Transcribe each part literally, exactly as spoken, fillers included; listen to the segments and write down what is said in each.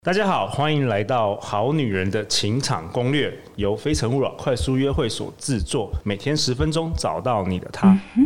大家好，欢迎来到好女人的情场攻略，由非诚勿扰快速约会所制作，每天十分钟，找到你的他。嗯、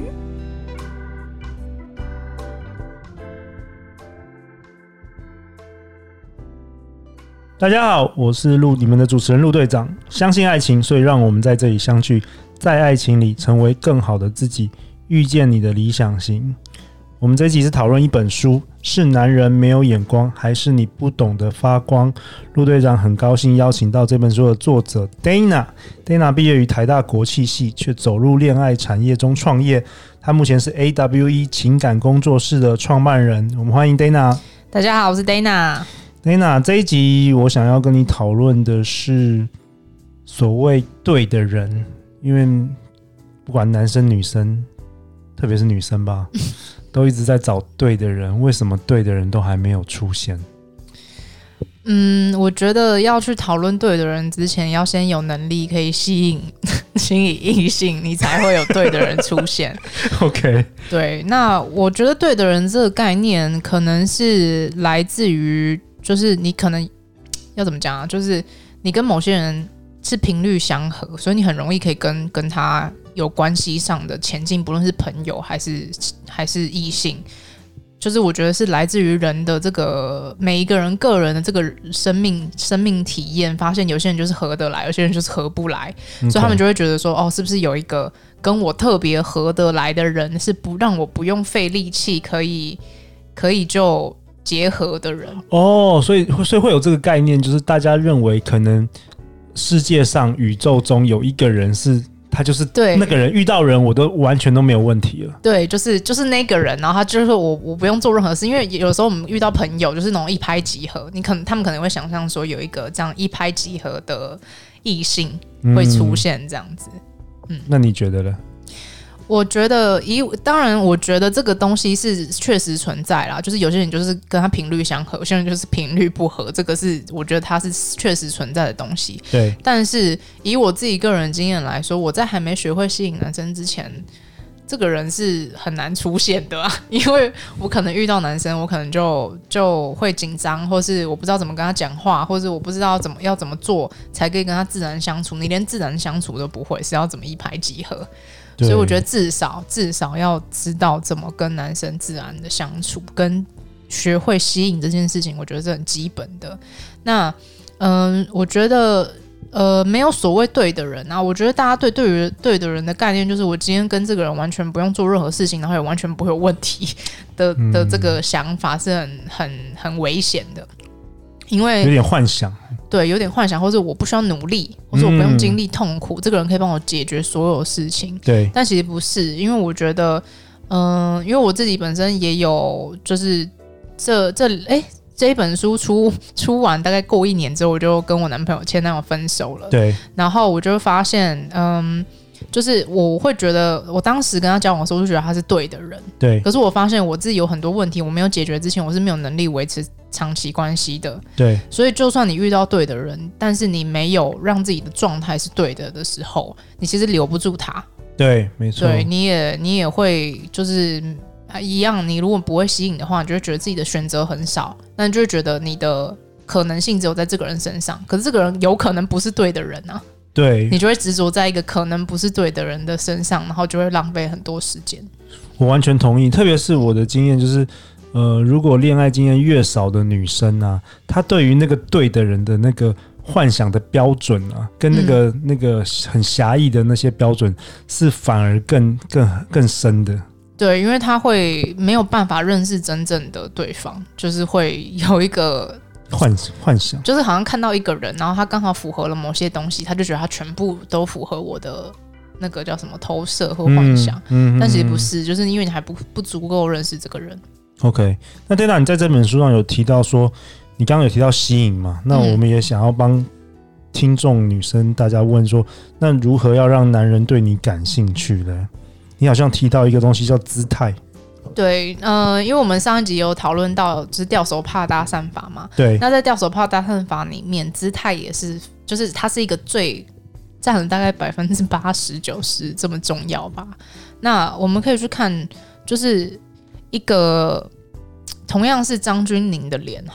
大家好，我是陆你们的主持人陆队长。相信爱情，所以让我们在这里相聚，在爱情里成为更好的自己，遇见你的理想型。我们这一集是讨论一本书，是男人没有眼光，还是你不懂得发光？陆队长很高兴邀请到这本书的作者 Dana。Dana 毕业于台大国企系，却走入恋爱产业中创业。他目前是 A W E 情感工作室的创办人。我们欢迎 Dana。 大家好，我是 Dana。Dana 这一集我想要跟你讨论的是所谓对的人，因为不管男生女生，特别是女生吧。都一直在找对的人，为什么对的人都还没有出现？ 嗯，我觉得要去讨论对的人之前，要先有能力可以吸引吸引异性，你才会有对的人出现。 OK， 对，那我觉得对的人这个概念，可能是来自于，就是你可能要怎么讲啊？就是你跟某些人是频率相合，所以你很容易可以跟跟他有关系上的前进，不论是朋友还是还是异性，就是我觉得是来自于人的这个每一个人个人的这个生命生命体验，发现有些人就是合得来，有些人就是合不来， okay. 所以他们就会觉得说，哦，是不是有一个跟我特别合得来的人，是不让我不用费力气，可以可以就结合的人？ 哦，所以所以会有这个概念，就是大家认为可能世界上宇宙中有一个人是。他就是那个人，遇到人我都完全都没有问题了。 对，就是就是那个人，然后他就是我我不用做任何事，因为有时候我们遇到朋友就是那种一拍即合，你可能他们可能会想象说有一个这样一拍即合的异性会出现这样子。嗯，嗯那你觉得呢？ 我觉得以当然，我觉得这个东西是确实存在啦，就是有些人就是跟他频率相合，有些人就是频率不合，这个是我觉得它是确实存在的东西。 对， 但是以我自己个人经验来说，我在还没学会吸引男生之前，这个人是很难出现的啊，因为我可能遇到男生，我可能就就会紧张，或是我不知道怎么跟他讲话，或是我不知道怎么要怎么做才可以跟他自然相处。你连自然相处都不会，是要怎么一拍即合？所以我觉得至少至少要知道怎么跟男生自然的相处，跟学会吸引这件事情，我觉得是很基本的。那嗯，我觉得呃没有所谓对的人啊，我觉得大家对对于对的人的概念就是我今天跟这个人完全不用做任何事情，然后也完全不会有问题的的这个想法是很很很危险的，因为有点幻想。 对，有点幻想，或者我不需要努力，或者我不用经历痛苦，嗯、这个人可以帮我解决所有事情。 对， 但其实不是，因为我觉得，嗯、呃，因为我自己本身也有，就是这这哎这一本书出出完，大概过一年之后，我就跟我男朋友前男友分手了。 对， 然后我就发现，嗯。就是我会觉得，我当时跟他交往的时候，我就觉得他是对的人。 对。 可是我发现我自己有很多问题，我没有解决之前，我是没有能力维持长期关系的。 对。 所以，就算你遇到对的人，但是你没有让自己的状态是对的的时候，你其实留不住他。 对，没错。 对，你也你也会就是一样，你如果不会吸引的话，你就会觉得自己的选择很少，那你就会觉得你的可能性只有在这个人身上。可是这个人有可能不是对的人啊。 对， 你就会执着在一个可能不是对的人的身上，然后就会浪费很多时间。 我完全同意，特别是我的经验就是，呃，如果恋爱经验越少的女生啊，她对于那个对的人的那个幻想的标准啊，跟那个、嗯、那个很狭义的那些标准，是反而更更更深的。 对，因为她会没有办法认识真正的对方，就是会有一个。 幻, 幻想就是好像看到一个人，然后他刚好符合了某些东西，他就觉得他全部都符合我的那个叫什么投射或幻想、嗯嗯、但其实不是，就是因为你还 不, 不足够认识这个人。 OK， 那 Dana 你在这本书上有提到说，你刚刚有提到吸引嘛，那我们也想要帮听众女生大家问说，那如何要让男人对你感兴趣呢？你好像提到一个东西叫姿态。 对，呃，因为我们上一集有讨论到就是吊手帕搭讪法嘛， 对， 那在吊手帕搭讪法里面，姿态也是，就是它是一个最占了大概百分之八十九十这么重要吧。那我们可以去看，就是一个同样是张钧甯的脸好了，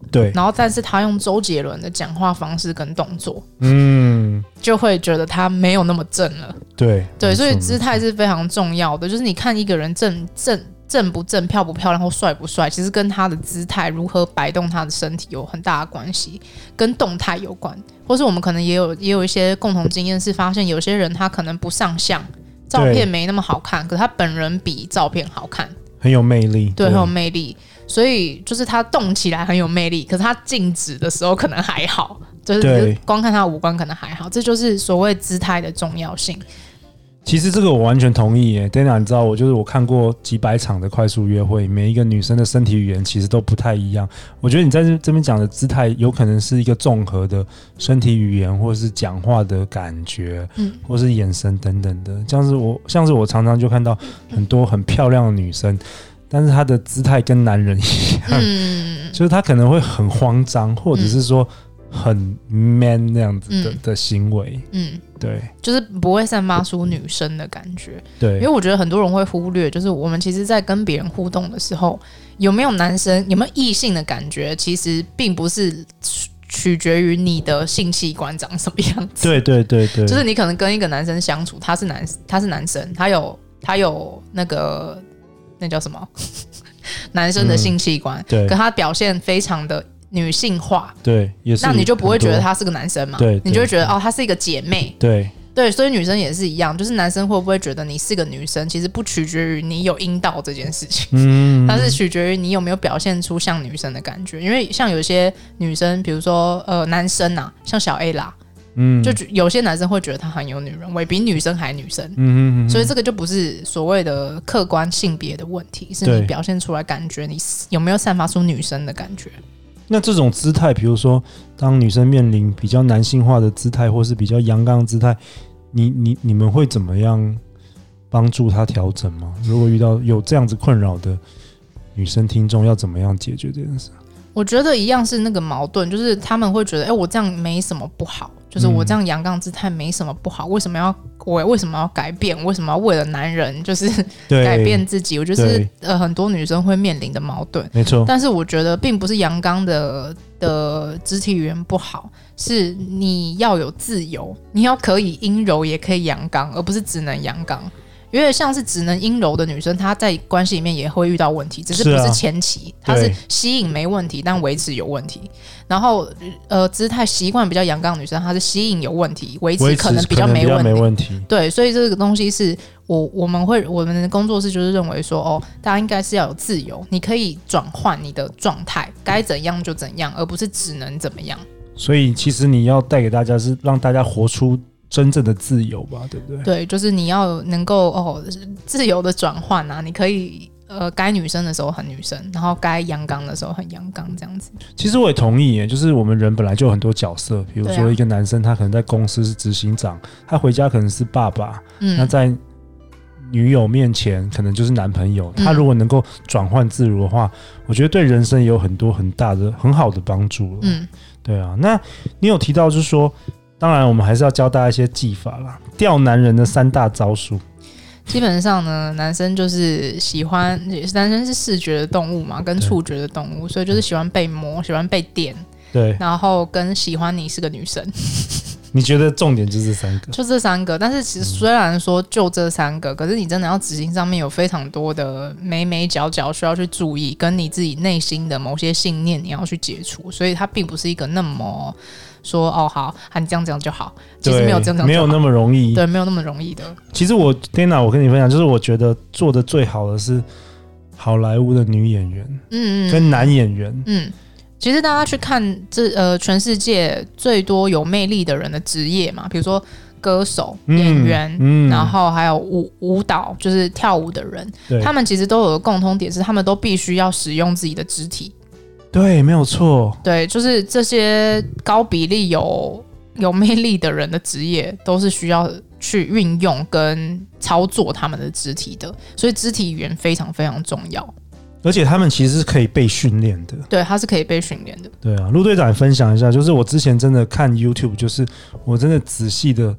对， 然后但是他用周杰伦的讲话方式跟动作， 嗯， 就会觉得他没有那么正了。 对对，所以姿态是非常重要的。就是你看一个人正正正不正、漂不漂亮或帅不帅，其实跟他的姿态如何摆动他的身体有很大的关系，跟动态有关。或是我们可能也有也有一些共同经验，是发现有些人他可能不上相，照片没那么好看，可是他本人比照片好看， 很有魅力， 对，很有魅力。所以就是他动起来很有魅力，可是他静止的时候可能还好，就是光看他的五官可能还好，这就是所谓姿态的重要性。 其实这个我完全同意耶 ，Dana， 你知道我就是我看过几百场的快速约会，每一个女生的身体语言其实都不太一样。我觉得你在这边讲的姿态，有可能是一个综合的身体语言，或是讲话的感觉，嗯，或是眼神等等的。像是我，像是我常常就看到很多很漂亮的女生，但是她的姿态跟男人一样，嗯，就是她可能会很慌张，或者是说很 man 那样子的、嗯、的行为，嗯。对， 就是不会散发出女生的感觉。 对， 因为我觉得很多人会忽略，就是我们其实在跟别人互动的时候，有没有男生有没有异性的感觉，其实并不是取决于你的性器官长什么样子。 对对对对， 就是你可能跟一个男生相处，他是男他是男生，他有他有那个那叫什么男生的性器官，嗯、对，可他表现非常的女性化， 对，也是， 那你就不会觉得她是个男生嘛？ 对， 你就会觉得哦，她是一个姐妹。 对对，所以女生也是一样，就是男生会不会觉得你是个女生，其实不取决于你有阴道这件事情，嗯，它是取决于你有没有表现出像女生的感觉。因为像有些女生，比如说呃男生啊，像小 A 啦，嗯，就有些男生会觉得她很有女人味，比女生还女生，嗯嗯，所以这个就不是所谓的客观性别的问题，是你表现出来感觉你有没有散发出女生的感觉。 那这种姿态，比如说当女生面临比较男性化的姿态，或是比较阳刚的姿态，你你你们会怎么样帮助她调整吗？如果遇到有这样子困扰的女生听众，要怎么样解决这件事？ 我觉得一样是那个矛盾，就是他们会觉得，哎、欸，我这样没什么不好，就是我这样阳刚姿态没什么不好，为什么要我为什么要改变？为什么要为了男人就是改变自己？我觉得是呃很多女生会面临的矛盾， 没错。 但是我觉得并不是阳刚的的肢体语言不好，是你要有自由，你要可以阴柔也可以阳刚，而不是只能阳刚。因为像是只能阴柔的女生，她在关系里面也会遇到问题，只是不是前期，她是吸引没问题，但维持有问题。然后呃，姿态习惯比较阳刚的女生，她是吸引有问题，维持可能比较没问题。 没问题对，所以这个东西是我我们会我们的工作室就是认为说，哦，大家应该是要有自由，你可以转换你的状态，该怎样就怎样，而不是只能怎么样。 所以其实你要带给大家是让大家活出真正的自由吧，对不对？ 对，就是你要能够哦自由的转换啊，你可以呃该女生的时候很女生，然后该阳刚的时候很阳刚，这样子。 其实我也同意耶，就是我们人本来就有很多角色，比如说一个男生他可能在公司是执行长，他回家可能是爸爸，嗯，那在女友面前可能就是男朋友，他如果能够转换自如的话，我觉得对人生也有很多很大的很好的帮助了。嗯，对啊。那你有提到就是说，当然我们还是要教大家一些技法啦，钓男人的三大招数。 基本上呢，男生就是喜欢，男生是视觉的动物嘛，跟触觉的动物，所以就是喜欢被摸，喜欢被电， 对， 然后跟喜欢你是个女生。 你觉得重点就这三个？ 就这三个，但是其实虽然说就这三个，嗯、可是你真的要执行上面有非常多的眉眉角角需要去注意，跟你自己内心的某些信念你要去解除，所以它并不是一个那么说哦好，啊、你这样这样就好，其实没有这样这样就好， 没有那么容易， 对，没有那么容易的。 其实我 Dana， 我跟你分享，就是我觉得做的最好的是好莱坞的女演员，嗯嗯，跟男演员，嗯。 其实大家去看这呃全世界最多有魅力的人的职业嘛，比如说歌手、嗯、演员、嗯，然后还有舞舞蹈，就是跳舞的人，他们其实都有个共通点，是他们都必须要使用自己的肢体。 对，没有错。对， 就是这些高比例有有魅力的人的职业，都是需要去运用跟操作他们的肢体的，所以肢体语言非常非常重要。 而且他们其实是可以被训练的， 对，他是可以被训练的。 对啊，陆队长分享一下，就是我之前真的看 YouTube， 就是我真的仔细的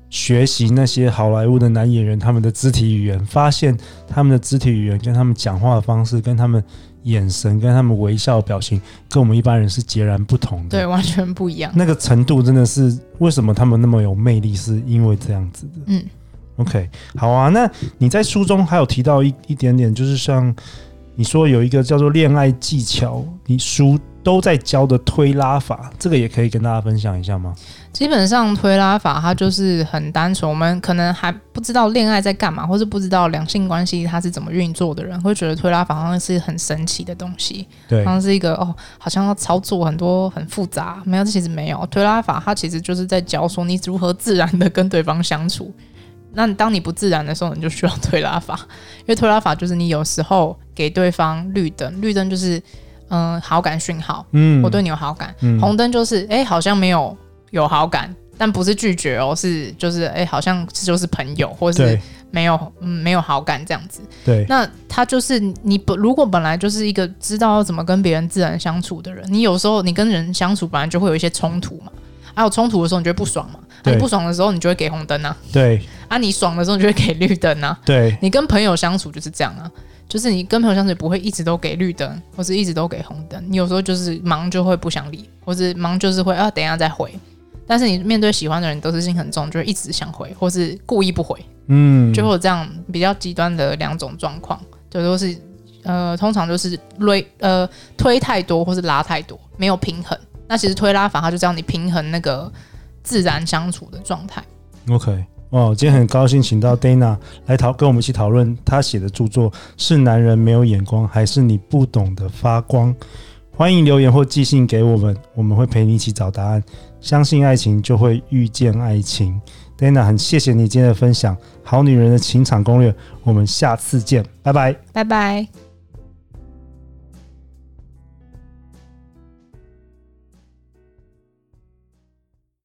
学习那些好莱坞的男演员他们的肢体语言，发现他们的肢体语言跟他们讲话的方式跟他们眼神跟他们微笑的表情跟我们一般人是截然不同的， 对，完全不一样。 那个程度真的是为什么他们那么有魅力，是因为这样子的。 嗯 OK， 好啊。那你在书中还有提到 一, 一点点，就是像你说有一个叫做恋爱技巧，你书都在教的推拉法，这个也可以跟大家分享一下吗？ 基本上推拉法它就是很单纯，我们可能还不知道恋爱在干嘛，或是不知道两性关系它是怎么运作的人，会觉得推拉法好像是很神奇的东西， 对， 好像是一个哦，好像要操作很多很复杂，没有，其实没有。推拉法它其实就是在教说你如何自然的跟对方相处。那当你不自然的时候，你就需要推拉法，因为推拉法就是你有时候给对方绿灯，绿灯就是嗯、呃、好感讯号，嗯，我对你有好感，嗯、红灯就是哎好像没有有好感，但不是拒绝哦，是就是哎好像就是朋友，或是没有嗯没有好感这样子。 对， 那他就是你如果本来就是一个知道要怎么跟别人自然相处的人，你有时候你跟人相处本来就会有一些冲突嘛。还、啊、有冲突的时候，你就会不爽嘛？啊、你不爽的时候，你就会给红灯啊。 对。 啊，你爽的时候，你就会给绿灯啊。 对。 你跟朋友相处就是这样啊，就是你跟朋友相处不会一直都给绿灯，或是一直都给红灯。你有时候就是忙就会不想理，或是忙就是会啊等一下再回。但是你面对喜欢的人，得失心很重，就会一直想回，或是故意不回。嗯。就会有这样比较极端的两种状况，就都是呃，通常就是推呃推太多，或是拉太多，没有平衡。那其实推拉法它就这样，你平衡那个自然相处的状态。 OK， 哇，今天很高兴请到 Dana 来讨跟我们一起讨论他写的著作是男人没有眼光，还是你不懂得发光？欢迎留言或寄信给我们，我们会陪你一起找答案。相信爱情，就会遇见爱情。Dana， 很谢谢你今天的分享，好女人的情场攻略，我们下次见，拜拜， 拜拜。